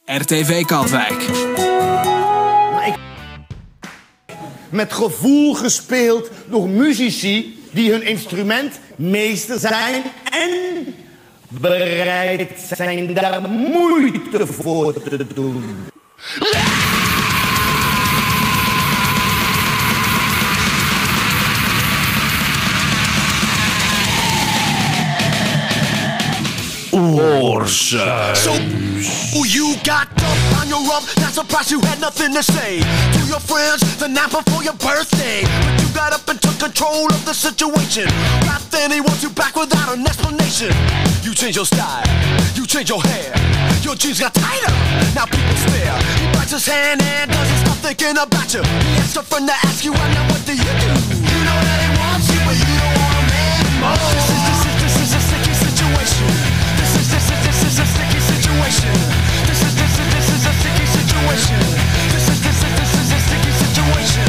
RTV Katwijk. Met gevoel gespeeld door muzici die hun instrument meester zijn en bereid zijn daar moeite voor te doen. So, you got up on your rump, not surprised you had nothing to say to your friends the night before your birthday. But you got up and took control of the situation. Right then he wants you back without an explanation. You change your style, you change your hair, your jeans got tighter, now people stare. He bites his hand and doesn't stop thinking about you. He asks a friend to ask you, now what do? You know that he wants you, but you don't want him anymore. This is a sticky situation. This is a sticky situation. This is a sticky situation. This is a sticky situation.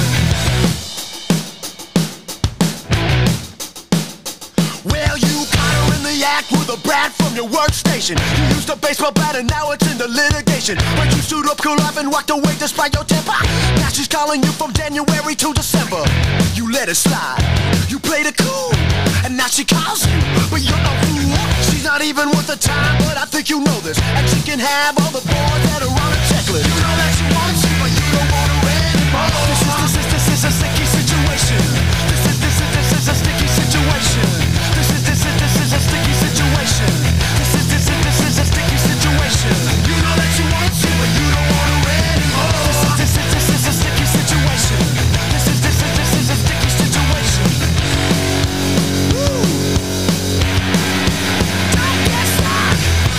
Well, you caught her in the act with a brat from your workstation. You used a baseball bat and now it's in the litigation. But you stood up, cool up and walked away despite your temper. Now she's calling you from January to December. You let it slide, you played it cool, and now she calls you, but you're no fool. She's not even worth the time, but I think you know this. And she can have all the boys that are on a checklist. You know that she wants you, but you don't want her anymore. This is a sticky situation. This is a sticky situation. This is a sticky situation. This is a sticky situation. You know that she wants you, but you don't want her anymore. This is a sticky situation. This is a sticky situation. Woo! Don't get stuck.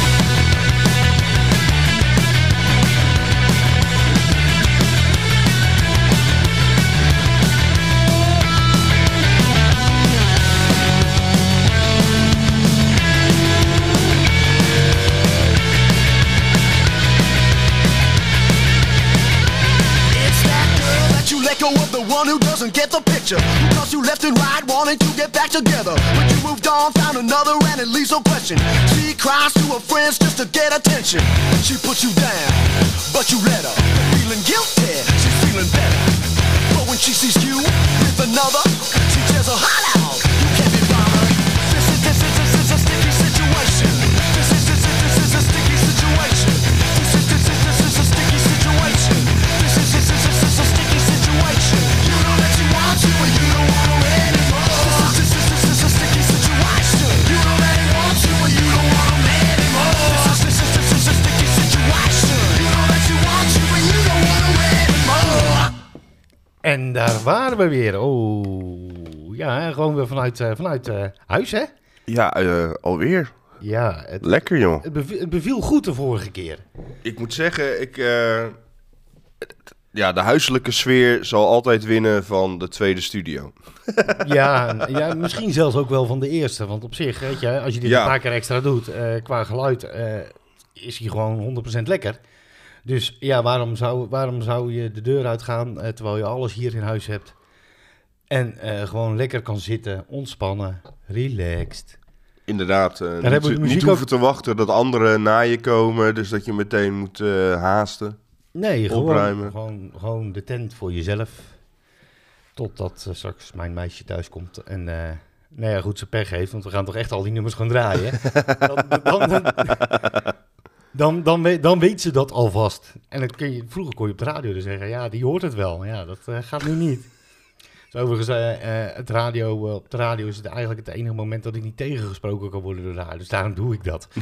Let go of the one who doesn't get the picture, who calls you left and right wanting to get back together. But you moved on, found another and it leaves no question. She cries to her friends just to get attention. She puts you down, but you let her. Feeling guilty, she's feeling better. But when she sees you with another, she tears her heart out. You can't be bothered. This is a sticky situation. This is a sticky situation. This is a sticky situation. This is a sticky situation. You know that she wants you, but you don't want her anymore. This is a sticky situation. You know that he wants you, but you don't want him anymore. This is a sticky situation. You know that she wants you, but you don't want him anymore. En daar waren we weer. Oh, ja, gewoon weer vanuit huis, hè? Ja, alweer. Ja, Lekker, joh. Het beviel goed de vorige keer. Ik moet zeggen, ja, de huiselijke sfeer zal altijd winnen van de tweede studio. Ja, misschien zelfs ook wel van de eerste. Want op zich, weet je, als je dit een paar keer extra doet, qua geluid, is hij gewoon 100% lekker. Dus ja, waarom zou je de deur uitgaan terwijl je alles hier in huis hebt? En gewoon lekker kan zitten, ontspannen, relaxed. Inderdaad, niet hoeven te wachten dat anderen na je komen, dus dat je meteen moet haasten. Nee, opruimen. Gewoon de tent voor jezelf. Totdat straks mijn meisje thuis komt en nou ja, goed, ze pech heeft, want we gaan toch echt al die nummers gaan draaien. Dan weet ze dat alvast. En vroeger kon je op de radio dus zeggen, ja, die hoort het wel. Ja, dat gaat nu niet. Dus overigens, op de radio is het eigenlijk het enige moment dat ik niet tegengesproken kan worden door de radio. Dus daarom doe ik dat.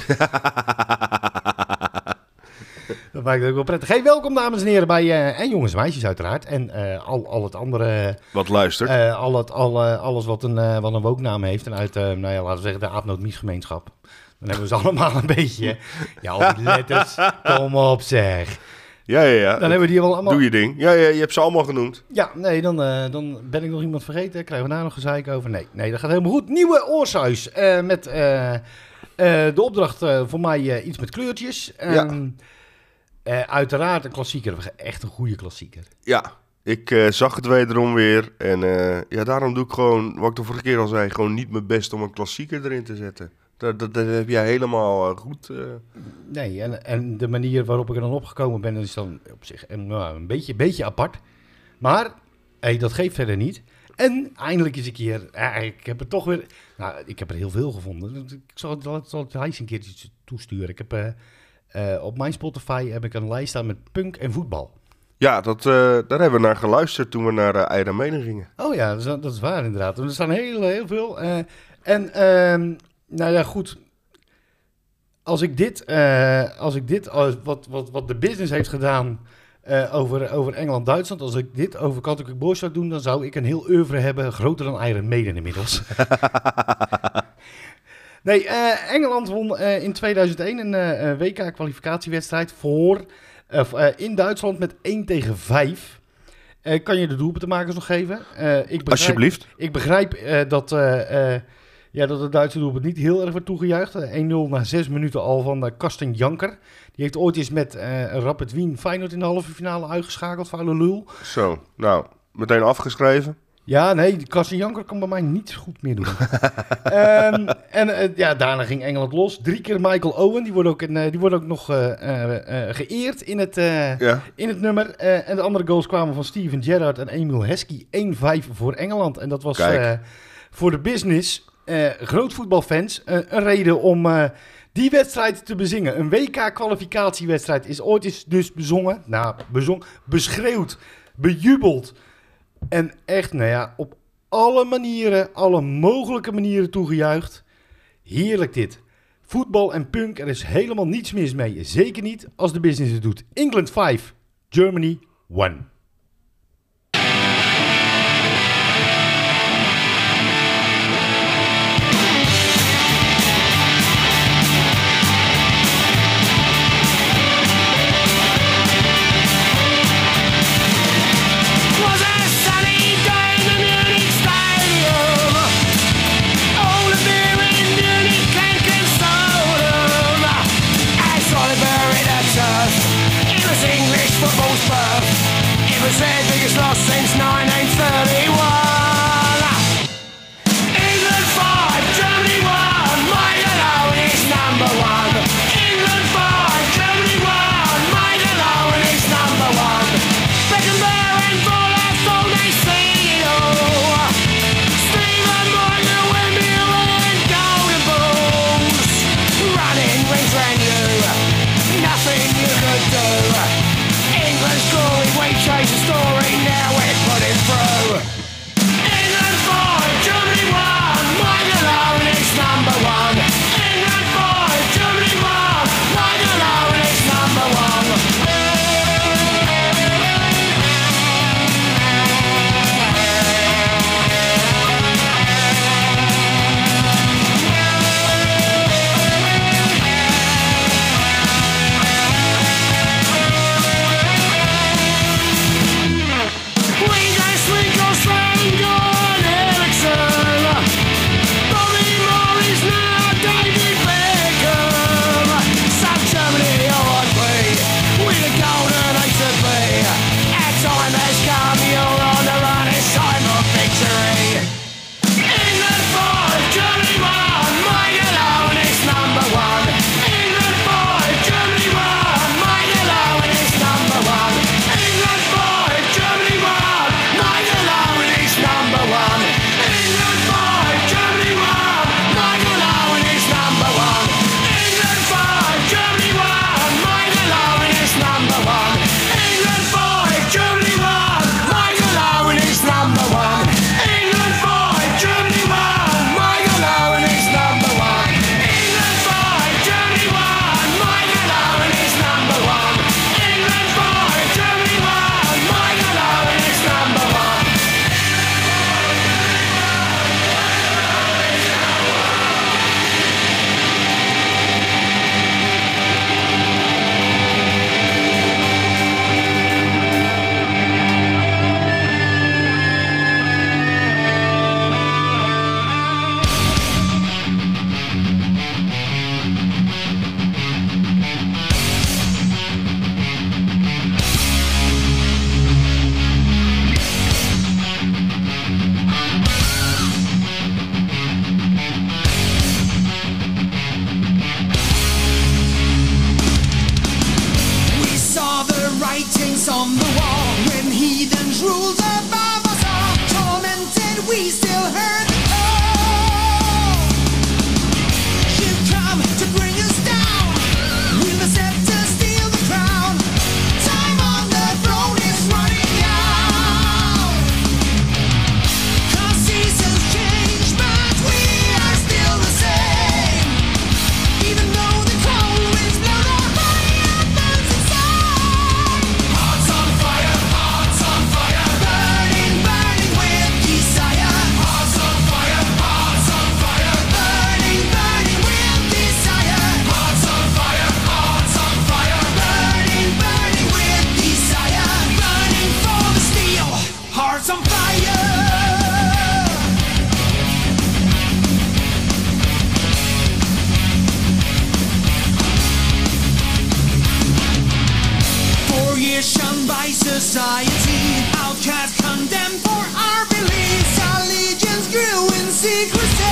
Dat maakt het ook wel prettig. Hey, welkom dames en heren bij, en jongens en meisjes uiteraard. En al het andere... Wat luistert. Alles wat een wooknaam heeft. En uit, nou ja, laten we zeggen, de aapnootmiesgemeenschap. Dan hebben we ze allemaal een beetje... Ja, al die letters. Kom op zeg. Ja. Dan hebben we die wel allemaal... Doe je ding. Ja, je hebt ze allemaal genoemd. Ja, nee, dan ben ik nog iemand vergeten. Krijgen we daar nog gezeik over? Nee, dat gaat helemaal goed. Nieuwe Oorsuis. Met de opdracht voor mij iets met kleurtjes. Uiteraard een klassieker. Echt een goede klassieker. Ja, ik zag het wederom weer. En daarom doe ik gewoon, wat ik de vorige keer al zei, gewoon niet mijn best om een klassieker erin te zetten. Dat heb jij helemaal goed... Nee, en de manier waarop ik er dan opgekomen ben, is dan op zich een beetje apart. Maar, dat geeft verder niet. En eindelijk eens een keer, ik heb er toch weer... Nou, ik heb er heel veel gevonden. Ik zal het eens een keertje toesturen. Ik heb op mijn Spotify heb ik een lijst staan met punk en voetbal. Ja, daar hebben we naar geluisterd toen we naar Iron Maiden gingen. Oh ja, dat is waar inderdaad. Er staan heel veel. Nou ja, goed. Als ik dit wat de business heeft gedaan over Engeland-Duitsland, als ik dit over Celtic Boys zou doen, dan zou ik een heel oeuvre hebben, groter dan Iron Maiden inmiddels. Nee, Engeland won in 2001 een WK-kwalificatiewedstrijd in Duitsland met 1-5. Kan je de doelpuntenmakers nog geven? Alsjeblieft. Ik begrijp dat de Duitse doelpunt niet heel erg werd toegejuicht. 1-0 na 6 minuten al van Karsten Janker. Die heeft ooit eens met Rapid Wien Feyenoord in de halve finale uitgeschakeld. Vuile lul. Zo, nou, meteen afgeschreven. Ja, nee, Karsten Janker kan bij mij niet goed meer doen. Daarna ging Engeland los. 3 keer Michael Owen. Die wordt ook nog geëerd in het nummer. En de andere goals kwamen van Steven Gerrard en Emil Heskey. 1-5 voor Engeland. En dat was voor de business, groot voetbalfans, een reden om die wedstrijd te bezingen. Een WK-kwalificatiewedstrijd is ooit eens dus bezongen. Nou, beschreeuwd, bejubeld. En echt, op alle mogelijke manieren toegejuicht. Heerlijk dit. Voetbal en punk, er is helemaal niets mis mee. Zeker niet als de business het doet. England 5, Germany 1. Their biggest loss since 1931. England 5, Germany 1. Mine alone is number 1. England 5, Germany 1. Mine alone is number 1. Beckenbauer and Voller thought they seen it all. Stephen Michael, Wimble and Golden Balls. Running rings round you, nothing you could do. England's glory, we chase the story, now we're putting through. England 5, Germany 1, mine alone is number 1. England 5, Germany 1, mine alone is number 1. society. Outcasts condemned for our beliefs. Our legions grew in secrecy.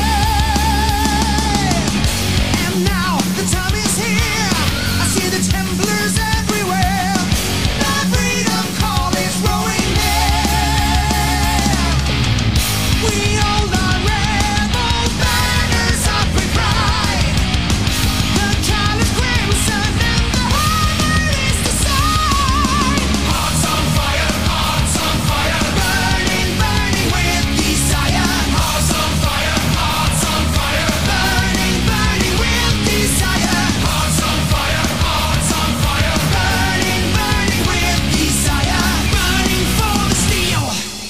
And now the time is here. I see the Templars everywhere. The freedom call is rolling near. We hold our rebel banners up with pride. The callous crimson and the hammer is the sign. Hearts on fire, burning, burning with desire. Hearts on fire, burning, burning with desire. Hearts on fire, burning, burning with desire. Burning for the steel.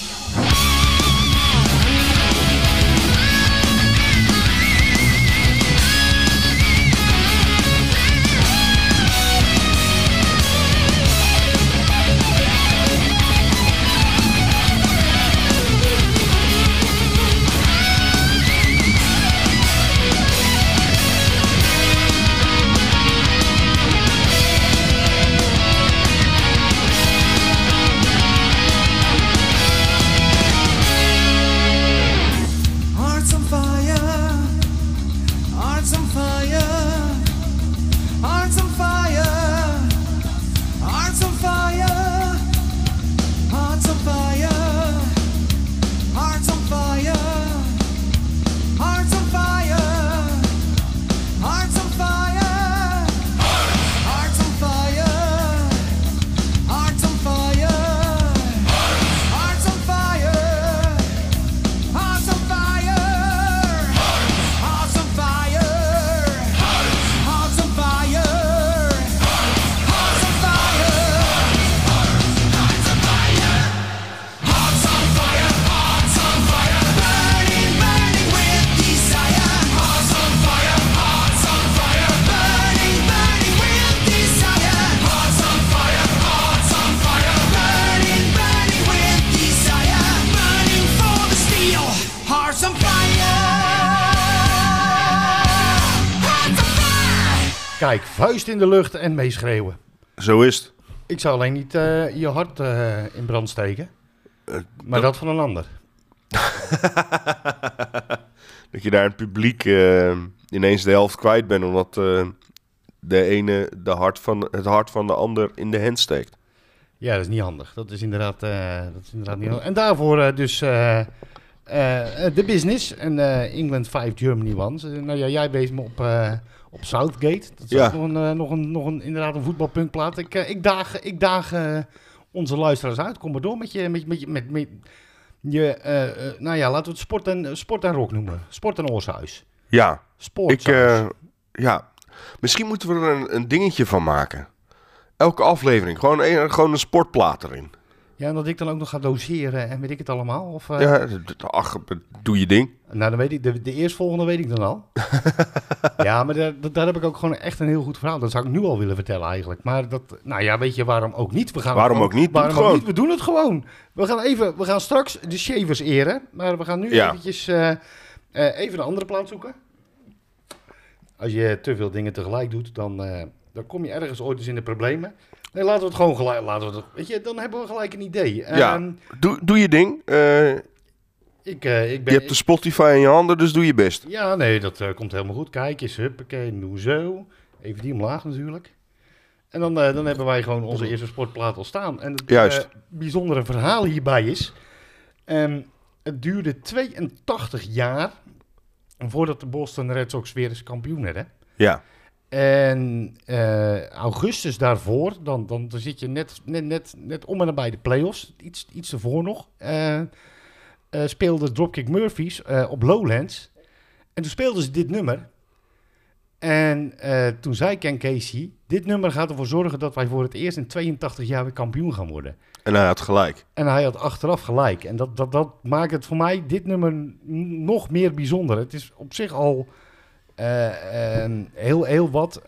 Hearts on fire, hearts on fire, hearts on fire, hearts on fire, hearts on fire, hearts on fire, hearts on fire, hearts on fire, hearts on fire, hearts on fire, hearts on fire. Hearts on fire! Hearts on fire! Hearts on fire! Hearts on fire! Hearts on fire! Hearts on fire! Burning, burning with desire. Hearts on fire! Hearts on fire! Burning, burning with desire. Hearts on fire! Hearts on fire! Burning, burning with desire. Burning for the steel. Hearts on fire! Hearts on fire! Kijk, vuist in de lucht en meeschreeuwen. Zo is het. Ik zou alleen niet je hart in brand steken. Maar dat van een ander. Dat je daar in het publiek ineens de helft kwijt bent, omdat de ene het hart van de ander in de hand steekt. Ja, dat is niet handig. Dat is inderdaad niet handig. En daarvoor dus de business en England 5 Germany 1. Nou ja, jij wees me op Southgate. Dat is Ja. ook nog een inderdaad een voetbalpunkplaat. Ik daag onze luisteraars uit. Kom maar door met je nou ja, laten we het sport en rock noemen. Sport en Oorsuis. Ja, Sportsuis. misschien moeten we er een dingetje van maken. Elke aflevering, gewoon een sportplaat erin. Ja, en dat ik dan ook nog ga doseren en weet ik het allemaal? Of, Doe je ding. Nou, dan weet ik, de eerstvolgende weet ik dan al. Ja, maar daar heb ik ook gewoon echt een heel goed verhaal. Dat zou ik nu al willen vertellen eigenlijk. Maar nou ja, weet je, waarom ook niet? Waarom ook niet? We doen het gewoon. We gaan straks de Shavers eren. Maar we gaan nu eventjes even een andere plaat zoeken. Als je te veel dingen tegelijk doet, dan kom je ergens ooit eens in de problemen. Nee, laten we het gewoon gelijk... weet je, dan hebben we gelijk een idee. Ja, doe je ding. Je hebt de Spotify in je handen, dus doe je best. Ja, nee, dat komt helemaal goed. Kijk eens, huppakee, doe zo. Even die omlaag natuurlijk. En dan hebben wij gewoon onze eerste sportplaat al staan. En het bijzondere verhaal hierbij is... het duurde 82 jaar voordat de Boston Red Sox weer eens kampioen werden. Ja. En augustus daarvoor, dan zit je net om en nabij de playoffs, iets ervoor nog, speelde Dropkick Murphys op Lowlands. En toen speelden ze dit nummer. En toen zei Ken Casey, dit nummer gaat ervoor zorgen dat wij voor het eerst in 82 jaar weer kampioen gaan worden. En hij had gelijk. En hij had achteraf gelijk. En dat maakt het voor mij, dit nummer, nog meer bijzonder. Het is op zich al... heel wat.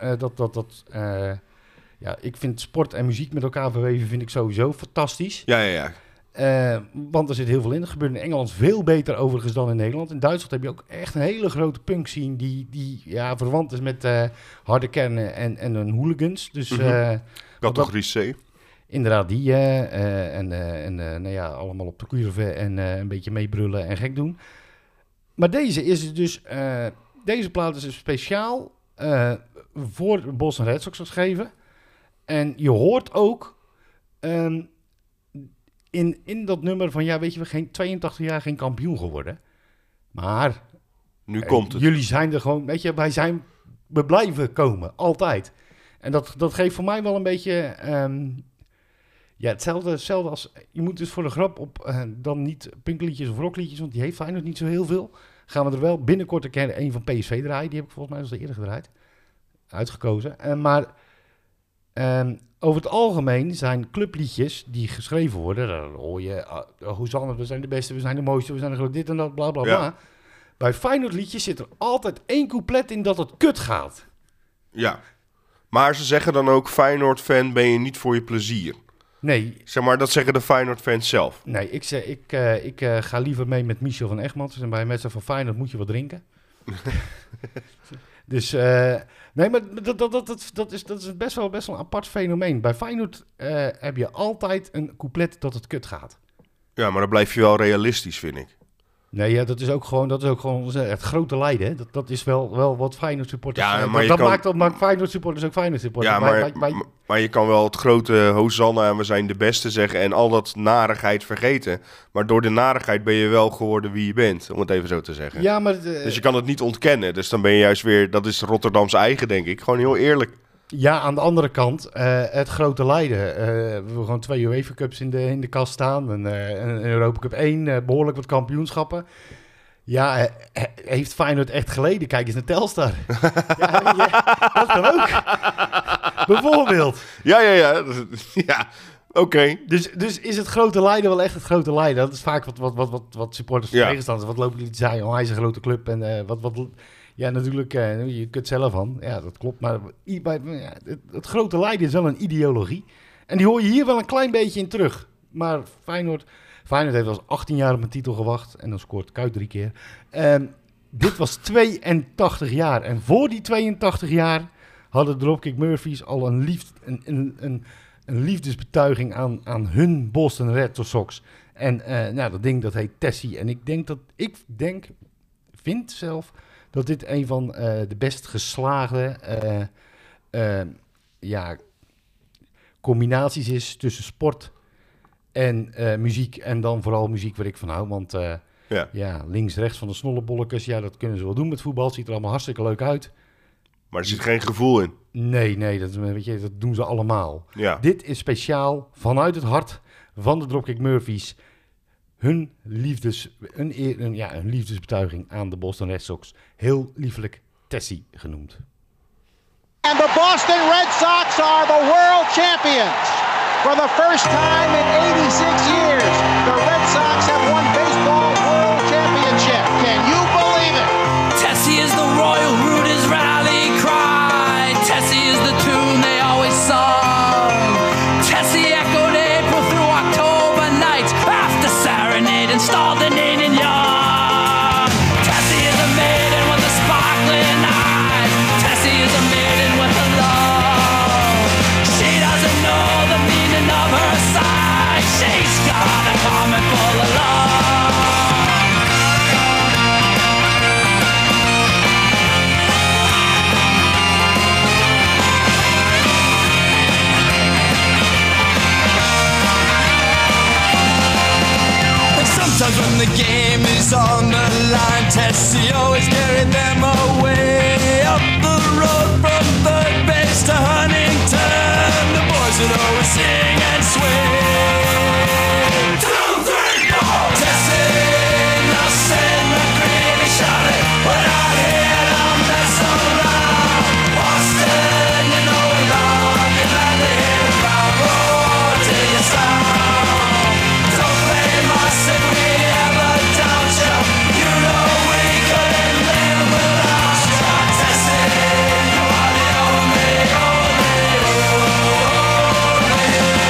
Ik vind sport en muziek met elkaar verweven vind ik sowieso fantastisch. Ja. Want er zit heel veel in. Dat gebeurt in Engeland veel beter overigens dan in Nederland. In Duitsland heb je ook echt een hele grote punk scene die verwant is met harde kernen en hun hooligans. Dus, Categorie C. inderdaad die allemaal op de curve en een beetje meebrullen en gek doen. Maar deze is dus, deze plaat is dus speciaal voor de Boston Red Sox geschreven. En je hoort ook in dat nummer van, ja, weet je, we zijn 82 jaar geen kampioen geworden. Maar Nu komt het. Jullie zijn er gewoon, weet je, we blijven komen, altijd. En dat geeft voor mij wel een beetje, hetzelfde als, je moet dus voor de grap op, dan niet punkliedjes of rockliedjes, want die heeft Feyenoord niet zo heel veel. Gaan we er wel binnenkort een keer een van PSV draaien, die heb ik volgens mij al eerder gedraaid, uitgekozen. Maar over het algemeen zijn clubliedjes die geschreven worden, dan hoor je, Hosanna, we zijn de beste, we zijn de mooiste, we zijn de dit en dat, bla bla bla. Ja. Bij Feyenoord liedjes zit er altijd 1 couplet in dat het kut gaat. Ja. Maar ze zeggen dan ook, Feyenoord-fan ben je niet voor je plezier. Nee. Zeg maar, dat zeggen de Feyenoord-fans zelf. Nee, ik ga liever mee met Michel van Egmond. En bij een wedstrijd van Feyenoord moet je wat drinken. Dus, nee, maar dat is best wel een apart fenomeen. Bij Feyenoord heb je altijd een couplet dat het kut gaat. Ja, maar dan blijf je wel realistisch, vind ik. Nee, ja, dat is ook gewoon het grote lijden. Dat is wel wat Feyenoord supporters Ja, zijn. maar Dat maakt Feyenoord supporters ook Feyenoord supporters. Ja, maar je kan wel het grote Hosanna en we zijn de beste zeggen en al dat narigheid vergeten. Maar door de narigheid ben je wel geworden wie je bent, om het even zo te zeggen. Ja, maar dus je kan het niet ontkennen. Dus dan ben je juist weer, dat is Rotterdams eigen, denk ik. Gewoon heel eerlijk. Ja, aan de andere kant, het grote lijden. We hebben gewoon 2 UEFA Cups in de kast staan. Een Europa Cup 1, behoorlijk wat kampioenschappen. Ja, heeft Feyenoord echt geleden? Kijk eens naar Telstar. Dat kan ook. Bijvoorbeeld. Ja, oké. Dus is het grote lijden wel echt het grote lijden? Dat is vaak wat supporters van tegenstanders. Wat lopen jullie te zeggen? Oh, hij is een grote club en ja, natuurlijk, je kunt zelf aan. Ja, dat klopt. Maar het grote lijden is wel een ideologie. En die hoor je hier wel een klein beetje in terug. Maar Feyenoord heeft al 18 jaar op een titel gewacht. En dan scoort Kuyt 3 keer. Dit was 82 jaar. En voor die 82 jaar hadden de Dropkick Murphys al een liefdesbetuiging aan hun Boston Red Sox. En dat ding dat heet Tessie. En ik vind zelf dat dit een van de best geslaagde combinaties is tussen sport en muziek. En dan vooral muziek waar ik van hou. Want links-rechts van de snollebolletjes, dat kunnen ze wel doen met voetbal. Het ziet er allemaal hartstikke leuk uit. Maar er zit geen gevoel in. Nee, dat doen ze allemaal. Ja. Dit is speciaal vanuit het hart van de Dropkick Murphys. Hun liefdesbetuiging aan de Boston Red Sox. Heel liefelijk Tessie genoemd. And the Boston Red Sox are the world champions. For the first time in 86 years, the Red Sox have won baseball world championship. Can you believe it? Tessie is the Royal Rooters rally cry. Tessie is the tune they always sung. Tessie echoed April through October nights after serenade installed the Neil Young. Tessie is a maiden with a sparkling eyes. Tessie is a maiden with a love. She doesn't know the meaning of her sigh. She's got a comment full of love. Sometimes when the game is on the line, Tessie always carried them away. Up the road from third base to Huntington, the boys would always sing and sway. 2, 3, 4! Tessie, now send the gravy shot it. We're out here, don't mess around. Boston, you know we love you, let the hit crowd roar to your sound. Don't blame us if we ever doubt you. You know we couldn't live without you. Tessie, you are the only, only.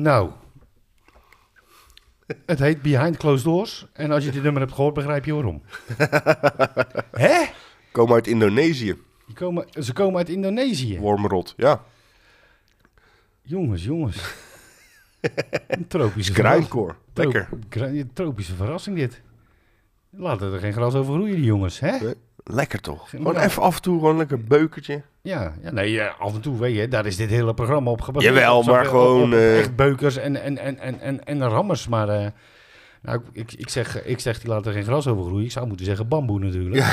Nou, het heet Behind Closed Doors. En als je dit nummer hebt gehoord, begrijp je waarom. Hè? Komen uit Indonesië. Ze komen uit Indonesië. Wormrot, ja. Jongens. Een tropische Grindcore, lekker. Tropische verrassing dit. Laten er geen gras over groeien, die jongens, hè? Lekker toch? Gewoon even af en toe gewoon lekker beukertje. Ja, nee, af en toe, weet je, daar is dit hele programma op gebaseerd. Jawel, maar gewoon... Op echt beukers en rammers, maar... nou, ik zeg, die laten er geen gras over groeien. Ik zou moeten zeggen bamboe natuurlijk. Ja.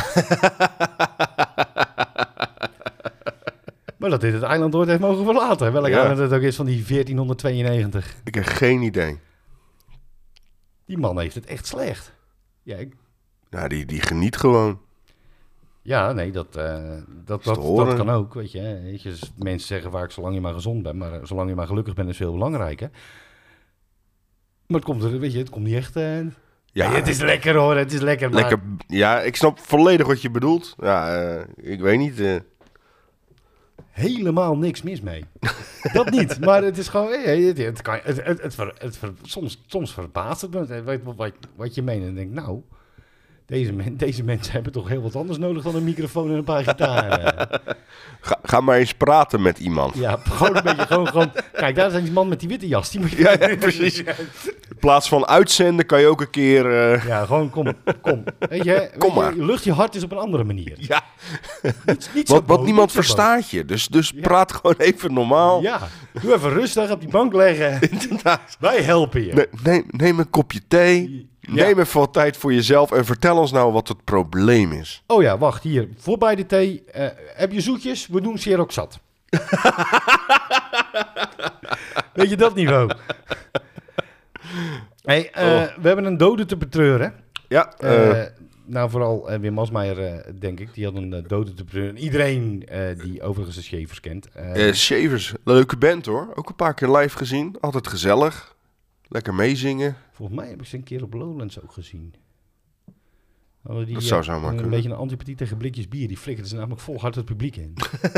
Maar dat dit het eiland ooit heeft mogen verlaten. Welk eiland het ook is van die 1492. Ik heb geen idee. Die man heeft het echt slecht. Ja, Nou, die geniet gewoon. Ja, nee, dat kan ook, weet je. Mensen zeggen vaak, zolang je maar gezond bent, maar zolang je maar gelukkig bent is veel belangrijker. Maar het komt er, weet je, het komt niet echt... Ja, het is lekker hoor, het is lekker. Maar... Lekker, ja, ik snap volledig wat je bedoelt. Ja, ik weet niet... Helemaal niks mis mee. Dat niet, maar het is gewoon... Soms verbaast het me wat je meent. En denk nou... Deze mensen hebben toch heel wat anders nodig dan een microfoon en een paar gitaren. Ga maar eens praten met iemand. Ja, gewoon een beetje gewoon... Kijk, daar is die man met die witte jas. Die moet je... Ja, precies. In plaats van uitzenden kan je ook een keer... Ja, gewoon kom. Weet je, kom maar. Lucht je hart is op een andere manier. Ja. Niet wat niemand verstaat je. Dus praat gewoon even normaal. Ja, doe even rustig op die bank leggen. Inderdaad. Wij helpen je. Neem een kopje thee. Ja. Neem even wat tijd voor jezelf en vertel ons nou wat het probleem is. Oh ja, wacht, hier. Voorbij de thee. Heb je zoetjes? We doen Xeroxat. Weet je dat niveau? Hey, we hebben een dode te betreuren. Ja. Nou, vooral Wim Asmeijer, denk ik. Die had een dode te betreuren. Iedereen die overigens de Shavers kent. Shavers, leuke band hoor. Ook een paar keer live gezien. Altijd gezellig. Lekker meezingen. Volgens mij heb ik ze een keer op Lowlands ook gezien. Dat zou zo maar kunnen. Een beetje een antipathie tegen blikjes bier. Die flikkerden ze namelijk volhard het publiek in.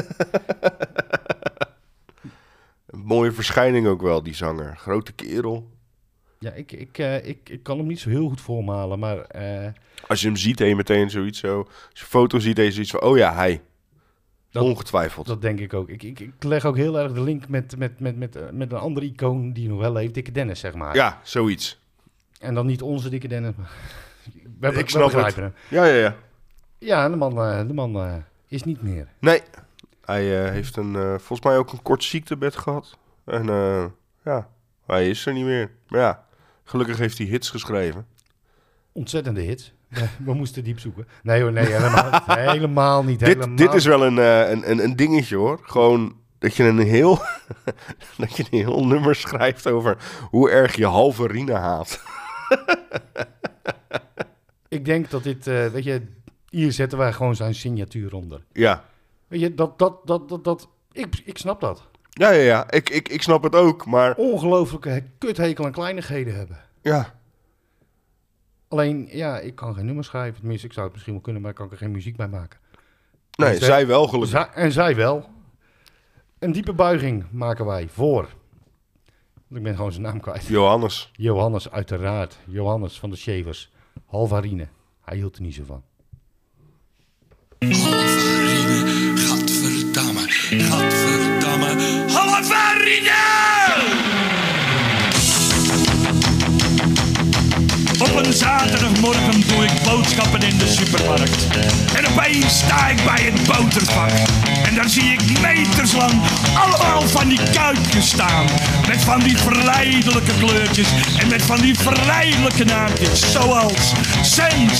Een mooie verschijning ook wel, die zanger. Grote kerel. Ja, ik kan hem niet zo heel goed voormalen, maar... Als je hem ziet, heb je meteen zoiets zo... Als je een foto ziet, heb je zoiets van... Oh ja, hij. Ongetwijfeld. Dat denk ik ook. Ik leg ook heel erg de link met een andere icoon die nog wel leeft. Dikke Dennis, zeg maar. Ja, zoiets. En dan niet onze Dikke Dennis, maar... Ik snap het. Hem. Ja. Ja, de man is niet meer. Nee. Hij heeft volgens mij ook een kort ziektebed gehad. En ja, hij is er niet meer. Maar ja, gelukkig heeft hij hits geschreven. Ontzettende hits. We moesten diep zoeken. Nee hoor, helemaal niet. Dit is wel een dingetje hoor. Gewoon dat je een heel nummer schrijft over hoe erg je halve Rine haat. Ik denk dat dit, weet je, hier zetten wij gewoon zijn signatuur onder. Ja. Weet je, ik snap dat. Ja. Ik snap het ook, maar... Ongelooflijke kuthekel aan kleinigheden hebben. Ja. Alleen, ja, ik kan geen nummer schrijven. Tenminste, ik zou het misschien wel kunnen, maar ik kan er geen muziek bij maken. Nee, dus zij wel gelukkig. En zij wel. Een diepe buiging maken wij voor. Ik ben gewoon zijn naam kwijt. Johannes, uiteraard. Johannes van de Shavers. Halvarine. Hij hield er niet zo van. Halvarine, gadverdamme. Halvarine! Op een zaterdagmorgen doe ik boodschappen in de supermarkt. En opeens sta ik bij het botervak. En daar zie ik meterslang allemaal van die kuipjes staan. Met van die verleidelijke kleurtjes. En met van die verleidelijke naampjes. Zoals Sens,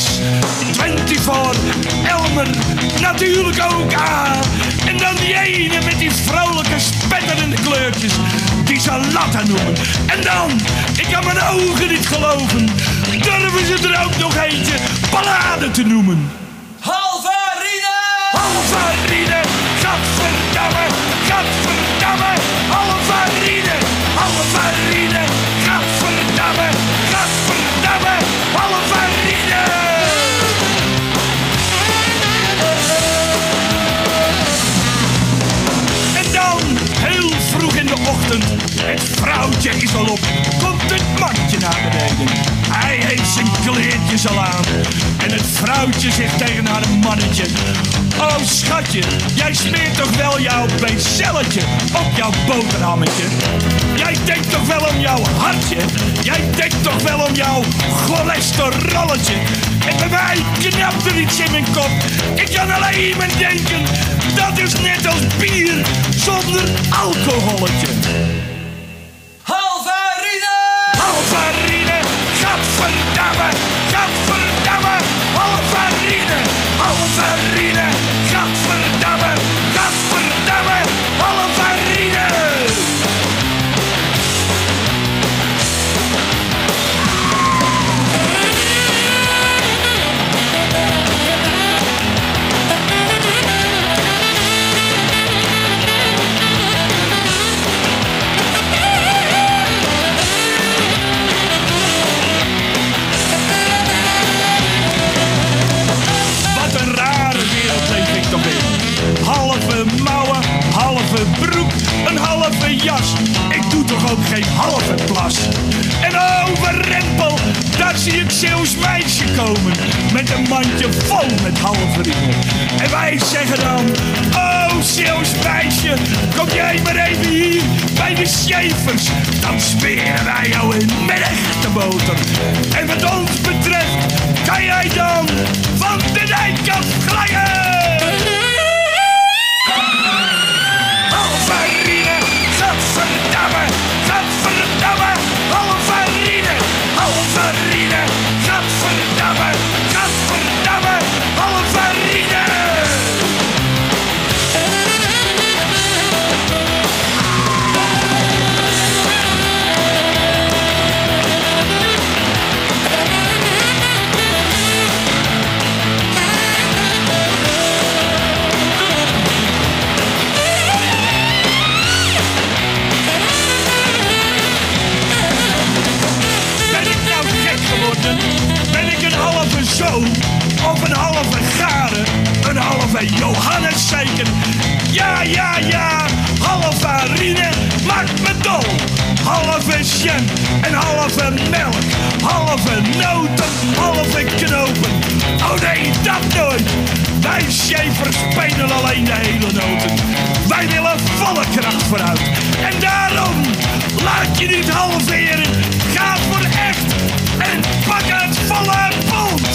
24, Elmer, natuurlijk ook A. En dan die ene met die vrolijke spetterende kleurtjes. Die ze Latta noemen. En dan, ik kan mijn ogen niet geloven. Durven ze er ook nog eentje ballade te noemen. Halvarine! Halvarine! Gadverdamme! Gadverdamme! Halvarine! Halvarine! Gadverdamme! Gadverdamme! Halvarine! En dan, heel vroeg in de ochtend, het vrouwtje is al op, komt het mandje naar beneden. Hij heeft zijn kleertjes al aan en het vrouwtje zegt tegen haar mannetje: oh schatje, jij smeert toch wel jouw bezelletje op jouw boterhammetje? Jij denkt toch wel om jouw hartje? Jij denkt toch wel om jouw cholesterolletje? En bij mij knapt er iets in mijn kop. Ik kan alleen maar denken, dat is net als bier zonder alcoholetje. Halvarine! Halvarine, gadverdamme, gadverdamme, Halvarine, Halvarine, gadverdamme, gadverdamme, Halvarine. Halve mouwen, halve broek, een halve jas. Ik doe toch ook geen halve plas. En overrempel, daar zie ik Zeeuws meisje komen. Met een mandje vol met halverine. En wij zeggen dan: oh Zeeuws meisje, kom jij maar even hier bij de Schäfers. Dan smeren wij jou in met echte boter. En wat ons betreft, kan jij dan van de dijk af glijden. Halvarine, gadverdamme, gadverdamme, Halvarine, Halvarine, gadverdamme, gadverdamme, Halvarine. Ben ik een halve zoon of een halve garen, een halve Johannes zeker? Ja, ja, ja, Halvarine maakt me dol. Halve jam en halve melk, halve noten, halve knopen. Oh nee, dat nooit. Wij Schäfers spelen alleen de hele noten. Wij willen volle kracht vooruit. En daarom laat je niet halveren. Ga voor echt en pak het volle pond.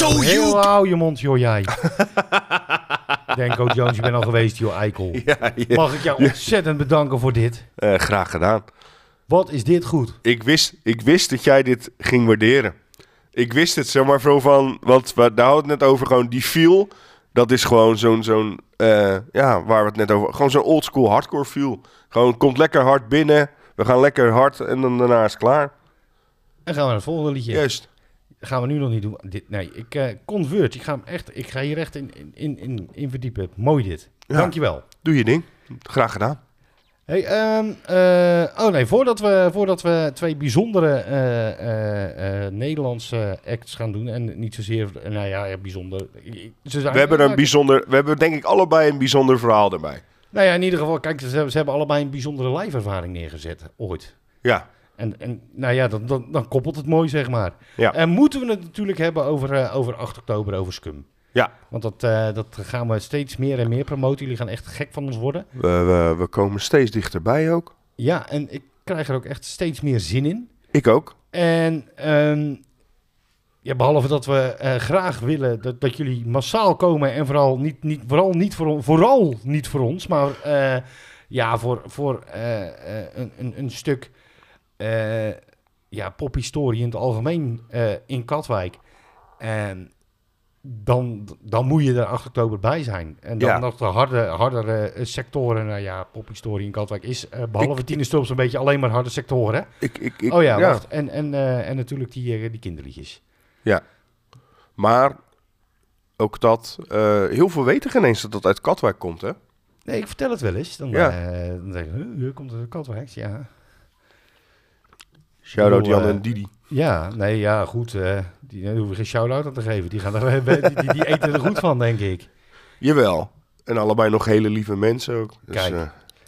So Heel you... hou je mond, joh, jij. Denko Jones, je bent al geweest, joh, eikel. Ja, Mag ik jou ontzettend bedanken voor dit. graag gedaan. Wat is dit goed? Ik wist dat jij dit ging waarderen. Ik wist het, zeg maar, zo van... Want daar hadden we het net over, gewoon die feel. Dat is gewoon zo'n waar we het net over... Gewoon zo'n oldschool hardcore feel. Gewoon, komt lekker hard binnen. We gaan lekker hard en dan daarna is het klaar. En gaan we naar het volgende liedje. Juist. Gaan we nu nog niet doen. Convert. Ik ga hier echt in verdiepen. Mooi dit. Ja. Dankjewel. Doe je ding. Graag gedaan. Hey, voordat we twee bijzondere Nederlandse acts gaan doen. En niet zozeer, bijzonder. We hebben denk ik allebei een bijzonder verhaal erbij. Nou ja, in ieder geval, kijk, ze hebben allebei een bijzondere live ervaring neergezet. Ooit. Ja. En nou ja, dan koppelt het mooi, zeg maar. Ja. En moeten we het natuurlijk hebben over 8 oktober, over Scum. Ja. Want dat gaan we steeds meer en meer promoten. Jullie gaan echt gek van ons worden. We komen steeds dichterbij ook. Ja, en ik krijg er ook echt steeds meer zin in. Ik ook. En behalve dat we graag willen dat jullie massaal komen. En vooral niet voor ons, maar voor een stuk pophistorie in het algemeen in Katwijk. En dan moet je er 8 oktober bij zijn. En dan nog de hardere sectoren. Nou ja, pophistorie in Katwijk is behalve Tienerstulps een beetje alleen maar harde sectoren. Wacht. En natuurlijk die kinderliedjes. Ja. Maar ook dat... heel veel weten geen eens dat uit Katwijk komt, hè? Nee, ik vertel het wel eens. Dan denk ik, hier komt het uit Katwijk. Ja. Shout-out Jan en Didi. Ja, nee, ja, goed. Die hoeven we geen shout-out aan te geven. Die gaan die eten er goed van, denk ik. Jawel. En allebei nog hele lieve mensen ook. Dus, kijk,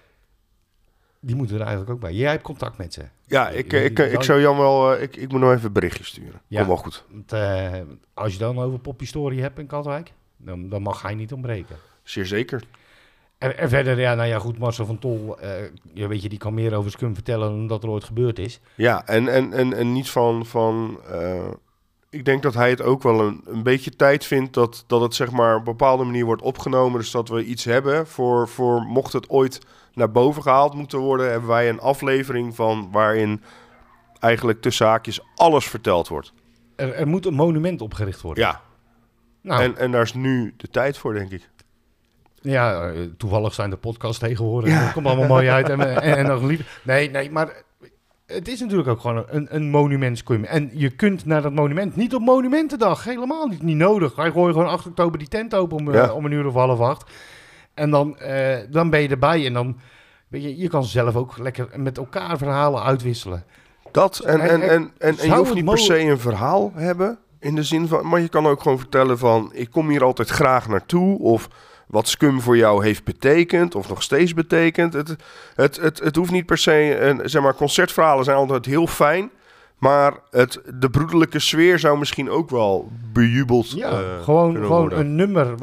die moeten er eigenlijk ook bij. Jij hebt contact met ze. Ja, ik zou Jan wel... Ik moet nog even een berichtje sturen. Ja, kom wel goed. Want, als je dan over pophistorie hebt in Katwijk, dan mag hij niet ontbreken. Zeer zeker. En verder, goed, Marcel van Tol, die kan meer over Scum vertellen dan dat er ooit gebeurd is. Ja, en niet van ik denk dat hij het ook wel een beetje tijd vindt dat het zeg maar op een bepaalde manier wordt opgenomen. Dus dat we iets hebben voor mocht het ooit naar boven gehaald moeten worden, hebben wij een aflevering van waarin eigenlijk tussen haakjes alles verteld wordt. Er moet een monument opgericht worden. Ja. Nou. En daar is nu de tijd voor, denk ik. Ja, toevallig zijn de podcasts tegenwoordig. Ja. Dat komt allemaal mooi uit. En nog lief. Nee, maar het is natuurlijk ook gewoon een monumentscum. En je kunt naar dat monument niet op Monumentendag. Helemaal niet nodig. Wij gooien gewoon 8 oktober die tent open om 7:30. En dan ben je erbij. En dan, je kan zelf ook lekker met elkaar verhalen uitwisselen. Dat en je hoeft niet per se een verhaal hebben. In de zin van, maar je kan ook gewoon vertellen van, ik kom hier altijd graag naartoe. Of wat Scum voor jou heeft betekend, of nog steeds betekent. Het hoeft niet per se, concertverhalen zijn altijd heel fijn. Maar de broederlijke sfeer zou misschien ook wel bejubeld gewoon een nummer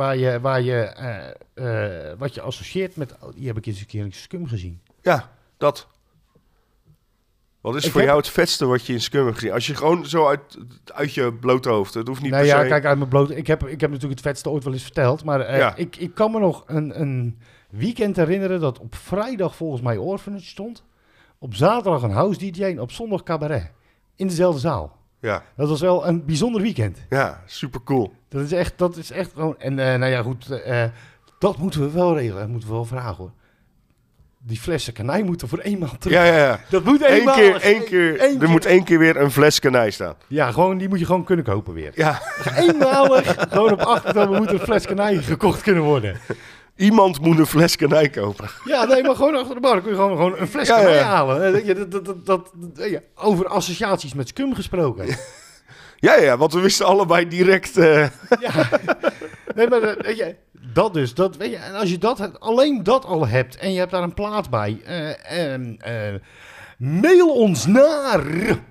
wat je associeert met... Die heb ik eens een keer in Scum gezien. Ja, dat. Wat is jou het vetste wat je in Scum hebt gezien? Als je gewoon zo uit je blote hoofd, het hoeft niet per se... Ja, kijk, uit mijn blote... Ik heb natuurlijk het vetste ooit wel eens verteld, maar ik kan me nog een weekend herinneren dat op vrijdag volgens mij Orphanage stond, op zaterdag een house DJ en op zondag cabaret. In dezelfde zaal. Ja. Dat was wel een bijzonder weekend. Ja, super cool. Dat is echt gewoon... En dat moeten we wel regelen. Dat moeten we wel vragen, hoor. Die flessen kanij moeten voor eenmaal terug. Ja. Dat moet eenmaal. Er moet 1 keer weer een fles kanij staan. Ja, die moet je gewoon kunnen kopen weer. Ja. Eenmalig. Gewoon op 8 oktober moet een fles kanij gekocht kunnen worden. Iemand moet een fles kanij kopen. Ja, nee, maar gewoon achter de bar. Dan kun je gewoon een fles kanij halen. Over associaties met Scum gesproken. Ja, want we wisten allebei direct... Ja. Nee, maar dat dus. En als je alleen dat al hebt en je hebt daar een plaat bij... mail ons naar...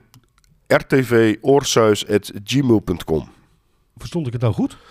rtvoorsuis@gmail.com. Verstond ik het nou goed?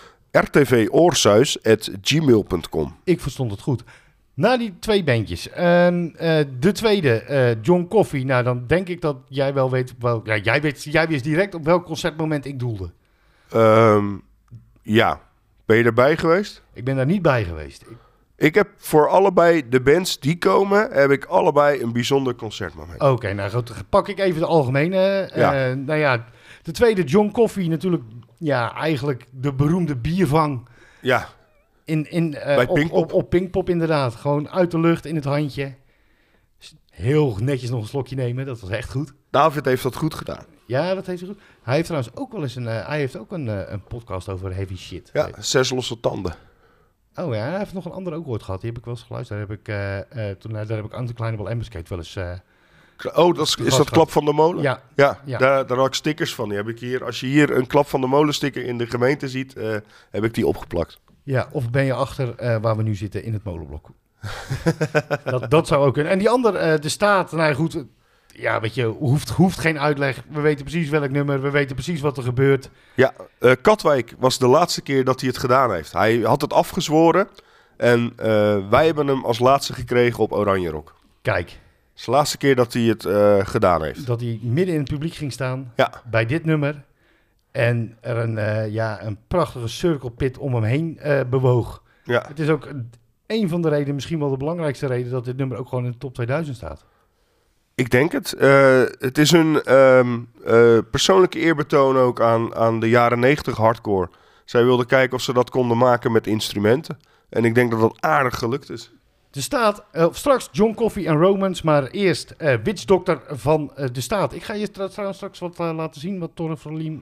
rtvoorsuis@gmail.com. Ik verstond het goed. Na die 2 bandjes. De tweede, John Coffey. Nou, dan denk ik dat jij wel weet... jij wist direct op welk concertmoment ik doelde. Ja. Ben je erbij geweest? Ik ben daar niet bij geweest. Ik heb voor allebei de bands die komen, heb ik allebei een bijzonder concertmoment. Oké, nou goed, pak ik even de algemene. Nou ja, de tweede, John Coffey, natuurlijk eigenlijk de beroemde biervang. Ja. Bij Pinkpop. Op Pinkpop inderdaad. Gewoon uit de lucht in het handje. Heel netjes nog een slokje nemen, dat was echt goed. David heeft dat goed gedaan. Ja, dat heeft hij goed. Hij heeft trouwens ook wel eens een podcast over heavy shit. Ja, 6 losse tanden. Oh ja, hij heeft nog een andere ook ooit gehad. Die heb ik wel eens geluisterd. Daar heb ik Undeclinable Ambuscade wel eens... is dat Klap van de Molen? Ja. Daar had ik stickers van. Die heb ik hier. Als je hier een Klap van de Molen sticker in de gemeente ziet, heb ik die opgeplakt. Ja, of ben je achter waar we nu zitten in het molenblok? dat zou ook kunnen. En die andere, de staat, nou goed... Ja, weet je, hoeft geen uitleg. We weten precies welk nummer, we weten precies wat er gebeurt. Ja, Katwijk was de laatste keer dat hij het gedaan heeft. Hij had het afgezworen en wij hebben hem als laatste gekregen op Oranje Rock. Kijk. Het is de laatste keer dat hij het gedaan heeft. Dat hij midden in het publiek ging staan, bij dit nummer. En er een prachtige circle pit om hem heen bewoog. Ja. Het is ook een van de redenen, misschien wel de belangrijkste reden, dat dit nummer ook gewoon in de top 2000 staat. Ik denk het. Het is een persoonlijke eerbetoon ook aan de jaren 90 hardcore. Zij wilden kijken of ze dat konden maken met instrumenten. En ik denk dat dat aardig gelukt is. De staat, straks John Coffey en Romance, maar eerst Witch Doctor van de staat. Ik ga je trouwens straks wat laten zien wat Torre Verliem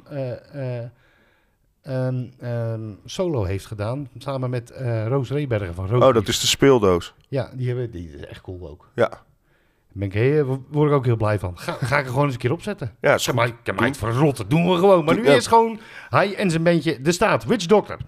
solo heeft gedaan. Samen met Roos Rebergen van Roos. Oh, dat is de speeldoos. Ja, die is echt cool ook. Ja. Word ik ook heel blij van. Ga ik er gewoon eens een keer opzetten. Ja, ik kan mij het verrotten. Doen we gewoon. Maar nu eerst gewoon hij en zijn bandje De Staat. Witch Doctor.